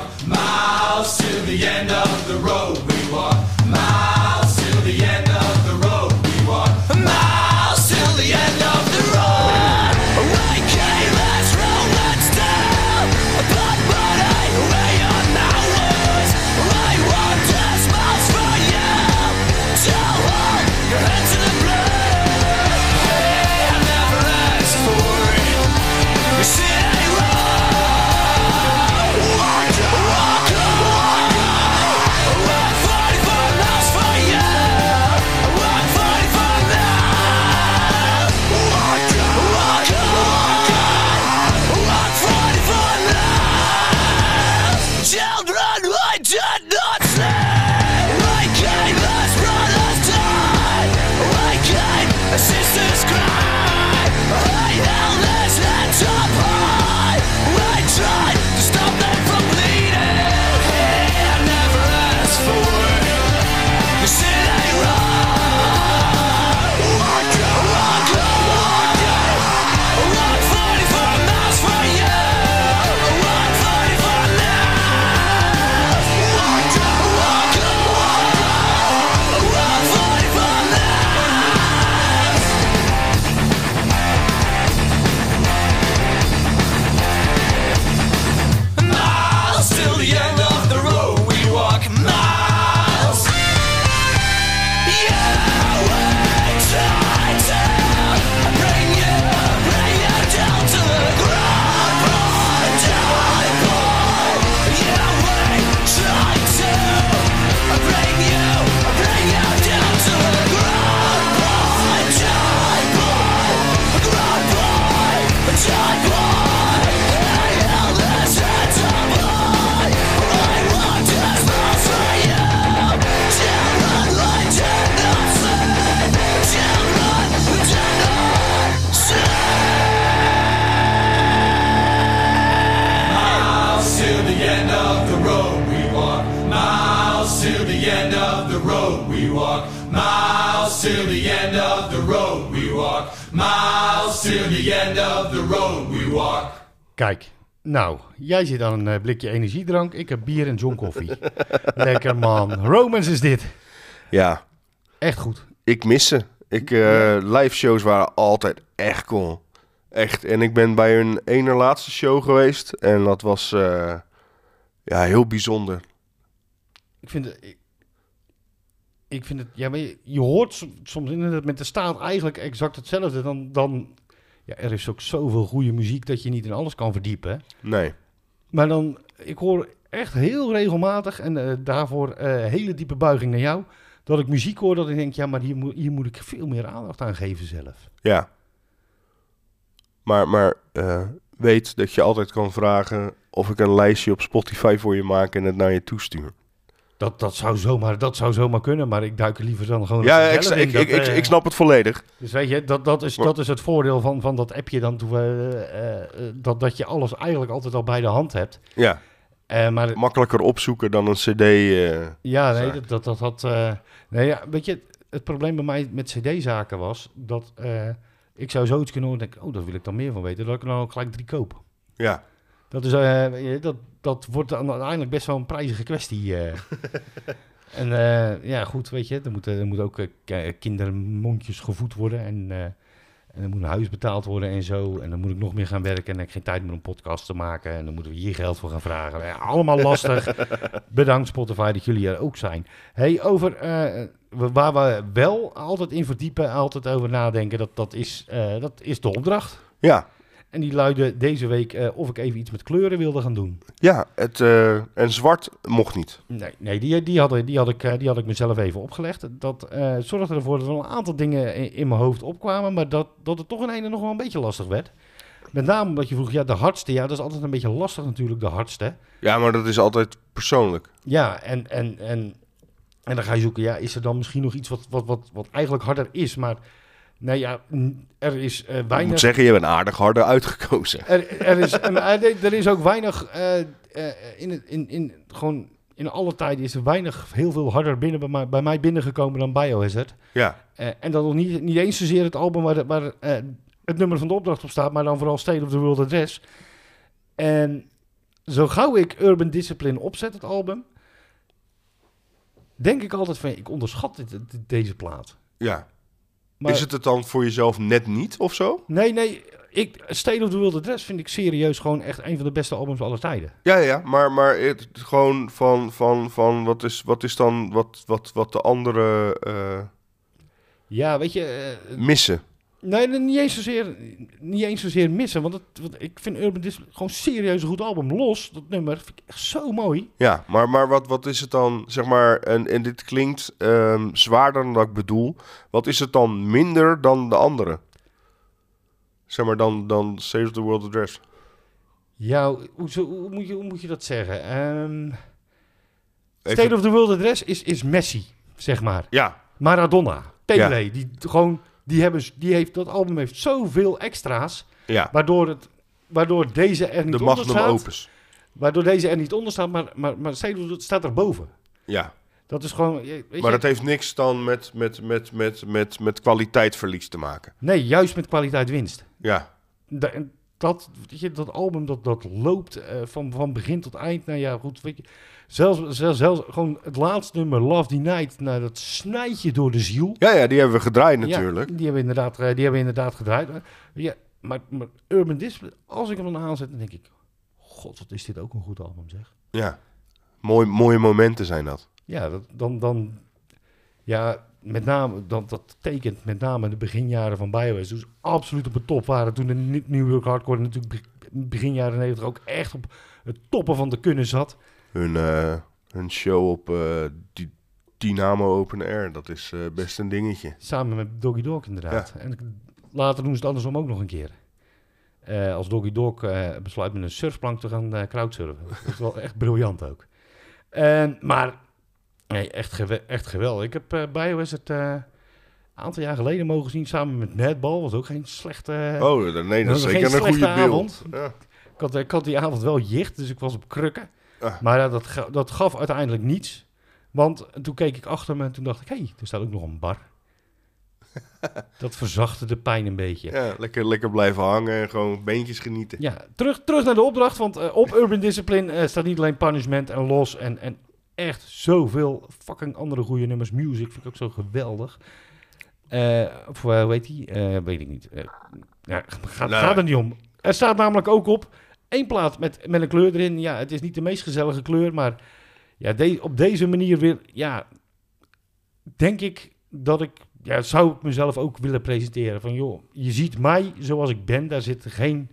miles till the end of the road. We walk miles till the end of the road. We walk miles till the end of the road. We came as Romans down, but money where you're now was. I want this miles for you to hold your head to the blood. Hey, I never asked for it. You see, I walk, walk, walk, walk 44 miles for you. Walk 44 miles. Walk, walk, walk 44 miles. Children, I did not say. I came as brothers died. I came as sisters cried. I held his hands up high. I tried to stop them from bleeding. Hey, I never asked for it. You said I wrong. Walk, walk, walk, walk 44 miles for you. Walk 44 miles. Walk, walk, walk 44 miles. Miles till the end of the road. We walk miles. Yeah, we try to bring you down to the ground, boy, die, boy. Yeah, we try to bring you down to the ground, boy, die, boy. Ground, boy, die, boy. Hey, hell, this hands up high. I want this miles for you. Children, I did not say. Children, we did not say. Miles till the end of the road we walk. Miles till the end of the road we walk. Miles till the end of the road we walk. Miles till the end of the road we walk. Kijk, nou, jij zit aan een blikje energiedrank. Ik heb bier en John koffie. Lekker man. Romans is dit. Ja, Echt goed. ik mis ze. Live shows waren altijd echt cool. Echt. En ik ben bij hun ene laatste show geweest. En dat was heel bijzonder. Ik vind het, ja, maar je hoort soms inderdaad met de staat eigenlijk exact hetzelfde. Dan ja, er is ook zoveel goede muziek dat je niet in alles kan verdiepen. Hè? Nee. Maar dan, ik hoor echt heel regelmatig, en daarvoor hele diepe buiging naar jou, dat ik muziek hoor dat ik denk, ja, maar hier moet ik veel meer aandacht aan geven zelf. Ja. Maar weet dat je altijd kan vragen of ik een lijstje op Spotify voor je maak en het naar je toestuur. Dat zou zomaar kunnen, maar ik duik er liever dan gewoon... Ja, zelf in. ik snap het volledig. Dus weet je, dat is het voordeel van dat appje dan, dat je alles eigenlijk altijd al bij de hand hebt. Ja, maar makkelijker opzoeken dan een cd. ja, nee, weet je, het probleem bij mij met cd-zaken was dat ik zou zoiets kunnen horen en denk, dat wil ik dan meer van weten, dat ik er dan ook gelijk 3 koop. Ja. Dat is, dat wordt dan uiteindelijk best wel een prijzige kwestie. En ja, goed, weet je, er moet ook kindermondjes gevoed worden en er moet een huis betaald worden en zo. En dan moet ik nog meer gaan werken en dan heb ik geen tijd meer om podcast te maken. En dan moeten we hier geld voor gaan vragen. Ja, allemaal lastig. Bedankt Spotify dat jullie er ook zijn. Hey, over waar we wel altijd in verdiepen, altijd over nadenken, dat is de opdracht. Ja. En die luidde deze week of ik even iets met kleuren wilde gaan doen. Ja, en zwart mocht niet. Nee, die had ik mezelf even opgelegd. Dat zorgde ervoor dat er een aantal dingen in mijn hoofd opkwamen, maar dat het toch in nog wel een beetje lastig werd. Met name omdat je vroeg, ja, de hardste. Ja, dat is altijd een beetje lastig natuurlijk, de hardste. Ja, maar dat is altijd persoonlijk. Ja, en dan ga je zoeken, ja, is er dan misschien nog iets wat eigenlijk harder is, maar... Nee, ja, er is weinig... Ik moet zeggen, je bent aardig harder uitgekozen. Er is ook weinig... gewoon in alle tijden is er heel veel harder bij mij binnengekomen dan Biohazard. Ja. En dan nog niet eens zozeer het album waar het nummer van de opdracht op staat, maar dan vooral State of the World Address. En zo gauw ik Urban Discipline opzet, het album, denk ik altijd van, ik onderschat deze plaat. Ja. Maar, is het dan voor jezelf net niet, of zo? Nee. State of the World Address vind ik serieus gewoon echt een van de beste albums aller tijden. Ja, maar het, gewoon van wat is dan wat de andere ja, weet je... missen? Nee, niet eens zozeer missen. Want ik vind Urban Discipline gewoon serieus een goed album. Los, dat nummer, vind ik echt zo mooi. Ja, maar wat is het dan, zeg maar... En dit klinkt zwaarder dan dat ik bedoel. Wat is het dan minder dan de andere? Zeg maar dan State of the World Address. Ja, hoe moet je dat zeggen? State of the World Address is Messi, zeg maar. Ja. Maradona, Pelé, ja. Dat album heeft zoveel extra's, Ja. waardoor deze er niet de onder magnum staat. opus. Waardoor deze er niet onder staat, maar State staat erboven. Ja. Dat is gewoon... Maar dat heeft niks dan met kwaliteitsverlies te maken. Nee, juist met kwaliteit winst. Ja. Dat album dat loopt van begin tot eind. Nou ja, goed, weet je. Zelfs gewoon het laatste nummer, Love Denied, nou, dat snijdt je door de ziel. Ja, die hebben we gedraaid natuurlijk. Ja, die hebben we inderdaad gedraaid. Ja, maar Urban Discipline, als ik hem dan aanzet, dan denk ik... God, wat is dit ook een goed album, zeg. Ja, mooie momenten zijn dat. Ja, met name, dat tekent met name de beginjaren van BioWare. Dus absoluut op de top waren. Toen de New York Hardcore natuurlijk begin jaren 90 ook echt op het toppen van de kunnen zat. Hun show op Dynamo Open Air, dat is best een dingetje. Samen met Doggy Dogg inderdaad. Ja. En later doen ze het andersom ook nog een keer. Als Doggy Dogg besluit met een surfplank te gaan crowdsurfen. Dat is wel echt briljant ook. Maar nee, echt geweldig. Ik heb BioWare een aantal jaar geleden mogen zien samen met Madball. Was ook geen slechte... dat is zeker een goede avond. Ja. Ik had die avond wel jicht, dus ik was op krukken. Maar dat gaf uiteindelijk niets. Want toen keek ik achter me en toen dacht ik... Hé, er staat ook nog een bar. Dat verzachtte de pijn een beetje. Ja, lekker blijven hangen en gewoon beentjes genieten. Ja, terug naar de opdracht. Want op Urban Discipline staat niet alleen Punishment en Los... en echt zoveel fucking andere goede nummers. Music vind ik ook zo geweldig. Hoe heet die? Weet ik niet. Gaat er niet om. Er staat namelijk ook op 1 plaat met een kleur erin. Ja, het is niet de meest gezellige kleur, maar ja, op deze manier weer, ja, denk ik dat ik, ja, zou ik mezelf ook willen presenteren. Van joh, je ziet mij zoals ik ben. Daar zit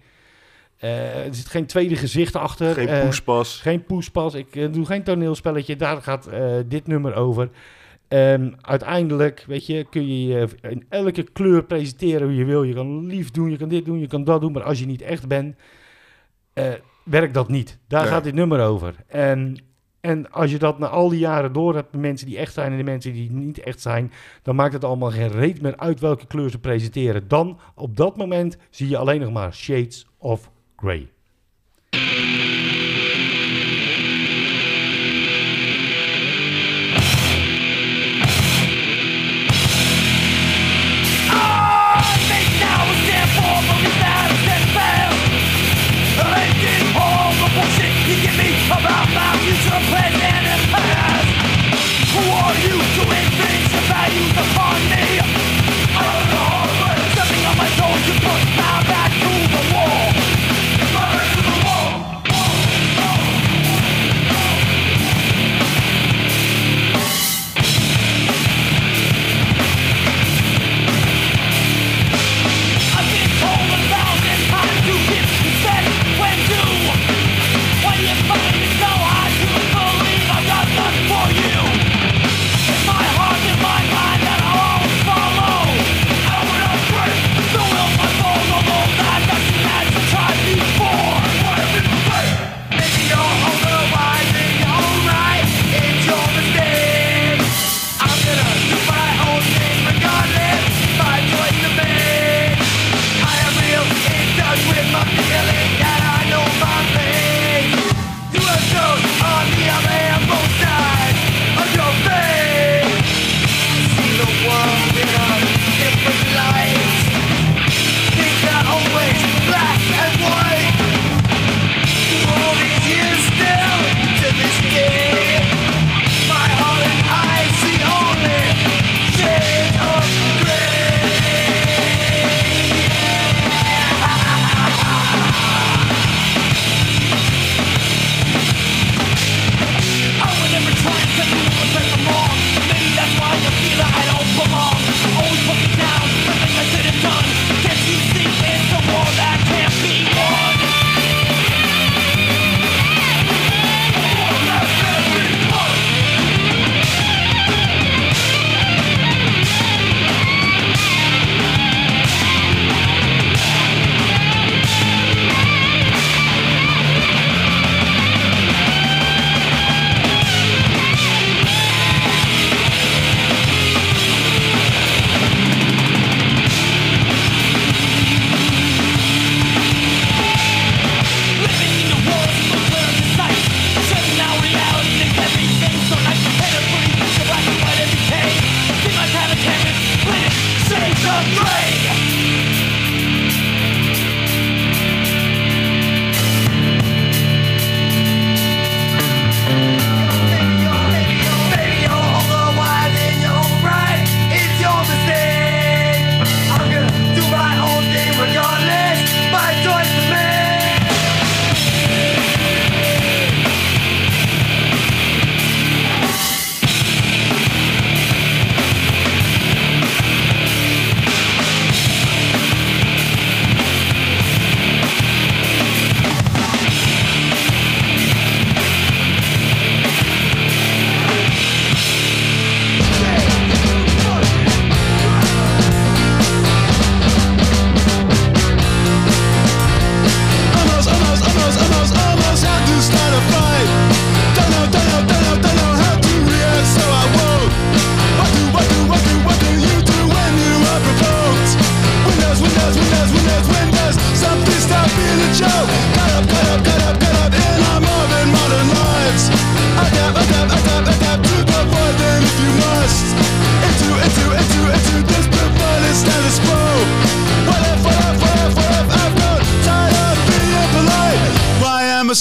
geen tweede gezicht achter. Geen poespas. Geen poespas. Ik doe geen toneelspelletje. Daar gaat dit nummer over. Uiteindelijk, weet je, kun je je in elke kleur presenteren hoe je wil. Je kan lief doen, je kan dit doen, je kan dat doen. Maar als je niet echt bent, werkt dat niet. Daar gaat dit nummer over. En als je dat na al die jaren door hebt, de mensen die echt zijn en de mensen die niet echt zijn, dan maakt het allemaal geen reet meer uit welke kleur ze presenteren. Dan, op dat moment, zie je alleen nog maar shades of grey. About my future plans and the past. Who are you doing things that values upon me? I don't know, stepping on my toes to push my back to the wall. My back to the wall. I've been told 1,000 times to give respect when due. When you find it so hard to believe I've got nothing for you. It's my heart and my mind that I'll always follow. I will not break the will of my soul, although that nothing has to try before. Maybe you're otherwise in your right, it's your mistake. I'm gonna do my own thing regardless, my choice to make. I am real in touch with my feeling that I know my pain. You have shown on the other hand both sides of your face. See the world in a different light. Things are always black and white. Through all these years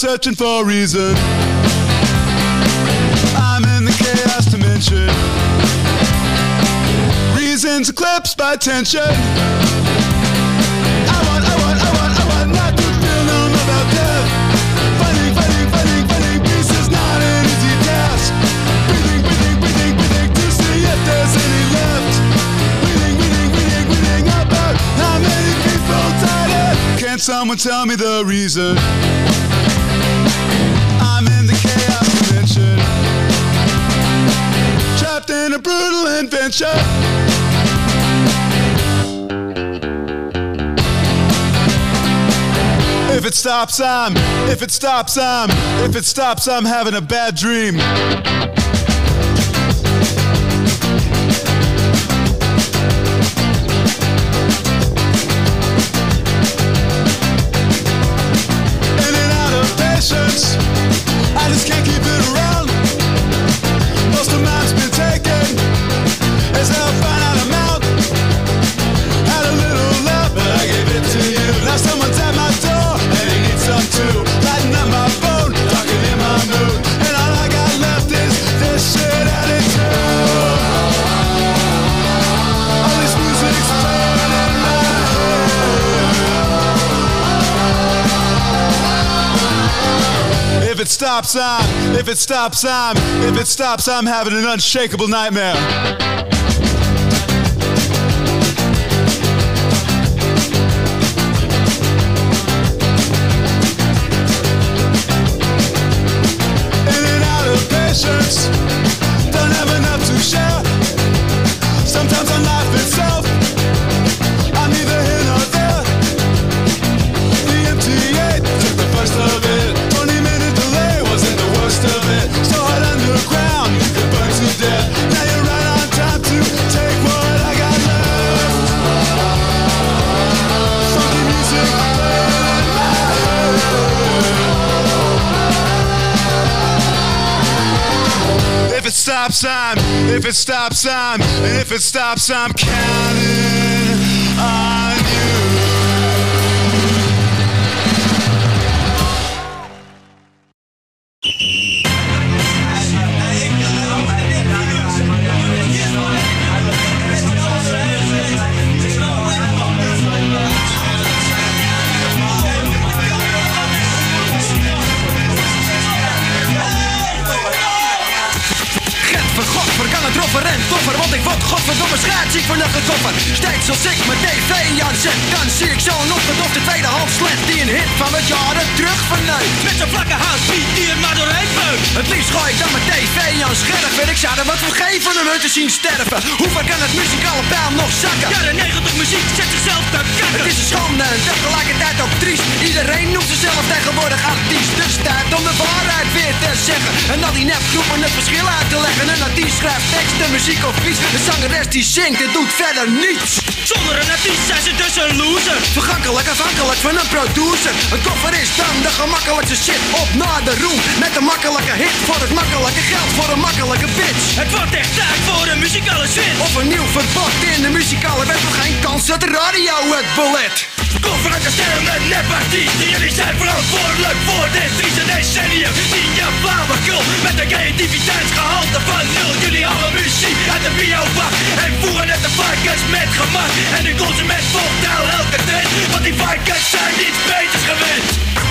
searching for a reason. I'm in the chaos dimension. Reasons eclipsed by tension. I want not to feel numb about death. Finding peace is not an easy task. Breathing to see if there's any left. Breathing about how many people died. Can someone tell me the reason? I'm in the chaos dimension. Trapped in a brutal invention. If it stops, I'm having a bad dream. In and out of patience, I just can't keep it around. Most of mine's been taken, as I'll find out I'm out. Had a little love, but I gave it to you. Now someone's at my door, and he needs some too. Lighting up my phone, talking in my mood, and all I got left is this shit attitude. All this music's playing in my head. If it stops, I'm having an unshakable nightmare. Patience, don't have enough to share. Sometimes on life itself, I'm neither here nor there. The MTA took the first of it. 20-minute delay wasn't the worst of it. So hard underground, you could burn to death. Now you're right on time to take what I got left. Funky music playing in my head. If it stops, I'm counting on you. Kan het roffen en toffer, want ik word godverdomme schaatsiek voor nog gekoffer. Steeds als ik mijn tv aanzet, dan zie ik zo'n opgedofte tweedehands sled die een hit van het jaren terug verneukt. Met zo'n vlakke houtbeat die er maar doorheen beukt. Het liefst gooi ik dan mijn tv aan scherven. Ik zou er wat voor geven om hun te zien sterven. Hoe ver kan het muzikale pijl nog zakken? Ja, de 90 muziek zet zichzelf te kakken. Het is een schande en tegelijkertijd ook triest. Iedereen noemt zichzelf tegenwoordig artiest. Dus tijd om de waarheid weer te zeggen. En al die nepgroepen het verschil uit te leggen. En dat die schrijft teksten, muziek of iets. De zangeres die zingt en doet verder niets. Zonder een artiest zijn ze dus een loser. Vergankelijk, afhankelijk van een producer. Een koffer is dan de gemakkelijkste shit. Op naar de roem met een makkelijke hit. Voor het makkelijke geld, voor een makkelijke bitch. Het wordt echt tijd voor een muzikale switch. Of een nieuw verbod in de muzikale wet. Nog geen kans dat de radio het belet. Koffer uit de sterren met nepartiesten. Jullie zijn verantwoordelijk voor dit trieste decennium. Die je flauwekul met de creativiteitsgehalte van nul. Jullie halen muziek uit de biobak en voeren het de varkens met gemak. En de consument volgt nou elke trend, want die varkens zijn niets beters gewend.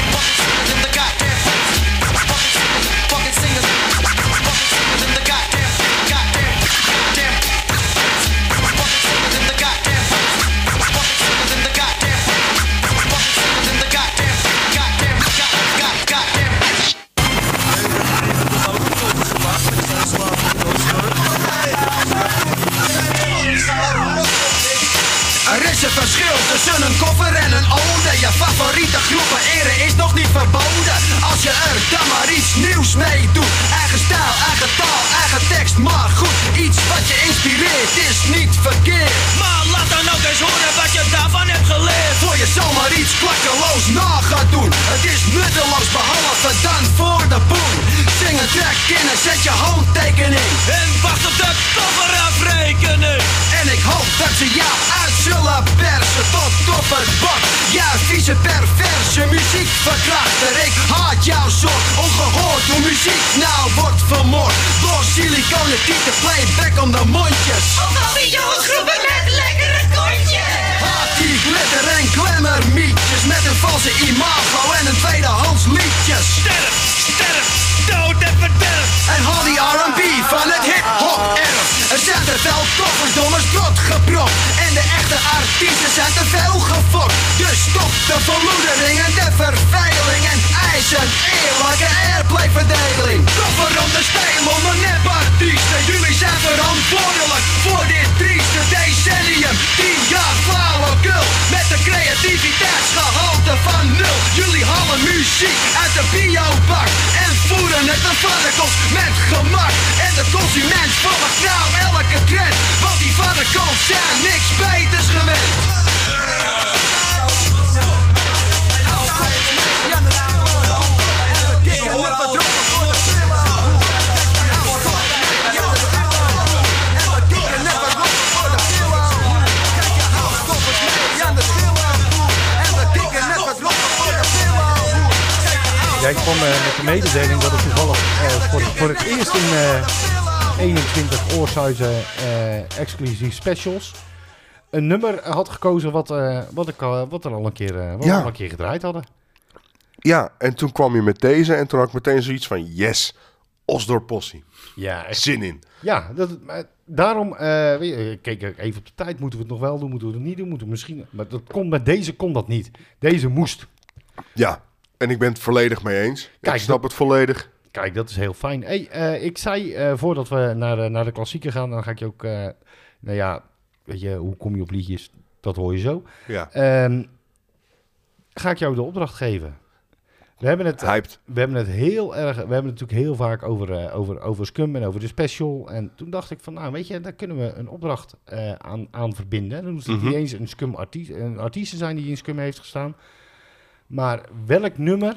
Fucking singers in the goddamn Er is een verschil tussen een koffer en een ode. Je favoriete groepen eren is nog niet verboden. Als je er dan maar iets nieuws mee doet. Eigen stijl, eigen taal, eigen tekst, maar goed. Iets wat je inspireert is niet verkeerd. Maar laat dan ook eens horen wat je daarvan hebt geleerd. Voor je zomaar iets iets klakkeloos na gaat doen. Het is nutteloos behalve dan voor de poen. Zing een track in en zet je handtekening. En wacht op de kofferafrekening. En ik hoop dat ze jou uit zullen persen tot op het bord. Ja, vieze perverse muziekverkrachter. Ik haat jouw soort ongehoord hoe muziek nou wordt vermoord. Door siliconen tieten playback om de mondjes. Of al die jongensgroepen met lekkere kontjes. Haat die glitter en glamour mietjes met een valse imago en een tweedehands liedjes. Sterf, sterf, dood en verderf. En haal die R&B van het hip-hop erf. Er zijn te veel kofferdommers rot gepropt. En de echte artiesten zijn te veel gefokt. Dus stop de verloedering en de verveling. En eis een eerlijke airplayverdeling. Koffer om de stijl onder nepartiesten. Jullie zijn verantwoordelijk voor dit trieste decennium. 10 jaar flauwekul met de creativiteitsgehalte van 0. Jullie halen muziek uit de biobak en voeren het naar varkens met gemak. En de consument volgt nou elke trend, want die varkens zijn niks beters gewend. Ja, ik kwam met de mededeling dat ik toevallig voor het eerst in 21 Oorsuizen exclusief specials een nummer had gekozen wat er al een keer gedraaid hadden. Ja, en toen kwam je met deze en toen had ik meteen zoiets van yes, Osdorp Possie. Ja, echt. Zin in. Ja, daarom, kijk even op de tijd, moeten we het nog wel doen, moeten we het niet doen, moeten we misschien, maar met deze kon dat niet. Deze moest. Ja, en ik ben het volledig mee eens. Kijk, ik snap het volledig. Kijk, dat is heel fijn. Hey, ik zei, voordat we naar de klassieker gaan, dan ga ik je ook, nou ja, weet je, hoe kom je op liedjes? Dat hoor je zo. Ja. Ga ik jou de opdracht geven. We hebben het, Hyped. we hebben het heel erg, we hebben het natuurlijk heel vaak over Scum en over de special. En toen dacht ik van, nou weet je, daar kunnen we een opdracht aan verbinden. Dan hoeft het niet eens een Scum artiest te zijn die in Scum heeft gestaan. Maar welk nummer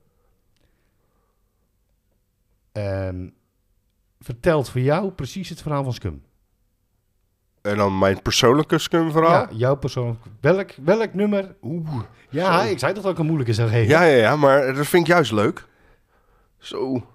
vertelt voor jou precies het verhaal van Scum? En dan mijn persoonlijke Scum-verhaal? Ja, jouw persoonlijk. Welk nummer? Ja, Zo. ik zei dat ook een moeilijke zou geven. Ja, maar dat vind ik juist leuk. Zo.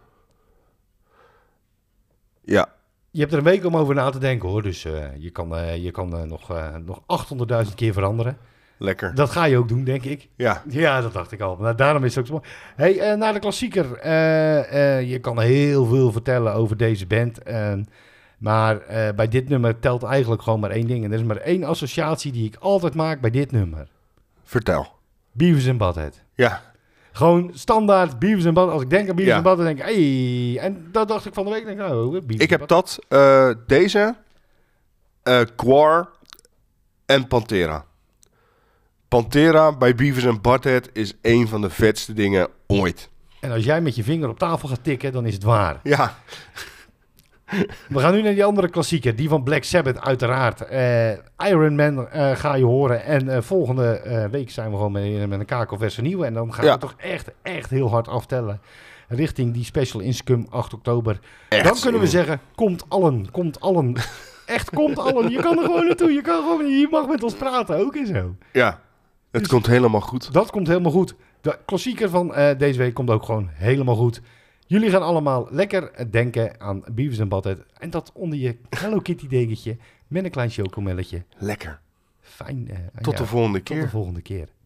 Ja. Je hebt er een week om over na te denken, hoor. Dus je kan nog 800.000 keer veranderen. Lekker. Dat ga je ook doen, denk ik. Ja. Ja, dat dacht ik al. Nou, daarom is het ook zo mooi. Hey, naar de klassieker. Je kan heel veel vertellen over deze band. Maar bij dit nummer telt eigenlijk gewoon maar één ding. En er is maar één associatie die ik altijd maak bij dit nummer. Vertel. Beavis and Butthead. Ja. Gewoon standaard Beavis and Butthead. Als ik denk aan Beavis and Butthead, denk ik, hey. En dat dacht ik van de week. Denk ik, Beavis ik heb dat, deze, Quar en Pantera. Pantera bij Beavis and Butthead is een van de vetste dingen ooit. En als jij met je vinger op tafel gaat tikken, dan is het waar. Ja. We gaan nu naar die andere klassieker, die van Black Sabbath uiteraard. Iron Man ga je horen. En volgende week zijn we gewoon met een kakelverse nieuwe. En dan gaan we toch echt heel hard aftellen richting die special in Scum 8 oktober. Echt dan kunnen we zeggen, komt allen. Echt, komt allen. Je kan er gewoon naartoe. Je mag met ons praten, ook en zo. Ja, het komt helemaal goed. Dat komt helemaal goed. De klassieker van deze week komt ook gewoon helemaal goed. Jullie gaan allemaal lekker denken aan Beavis and Butthead. En dat onder je Hello Kitty dekentje met een klein chocomelletje. Lekker. Fijn. Tot de volgende keer. Tot de volgende keer.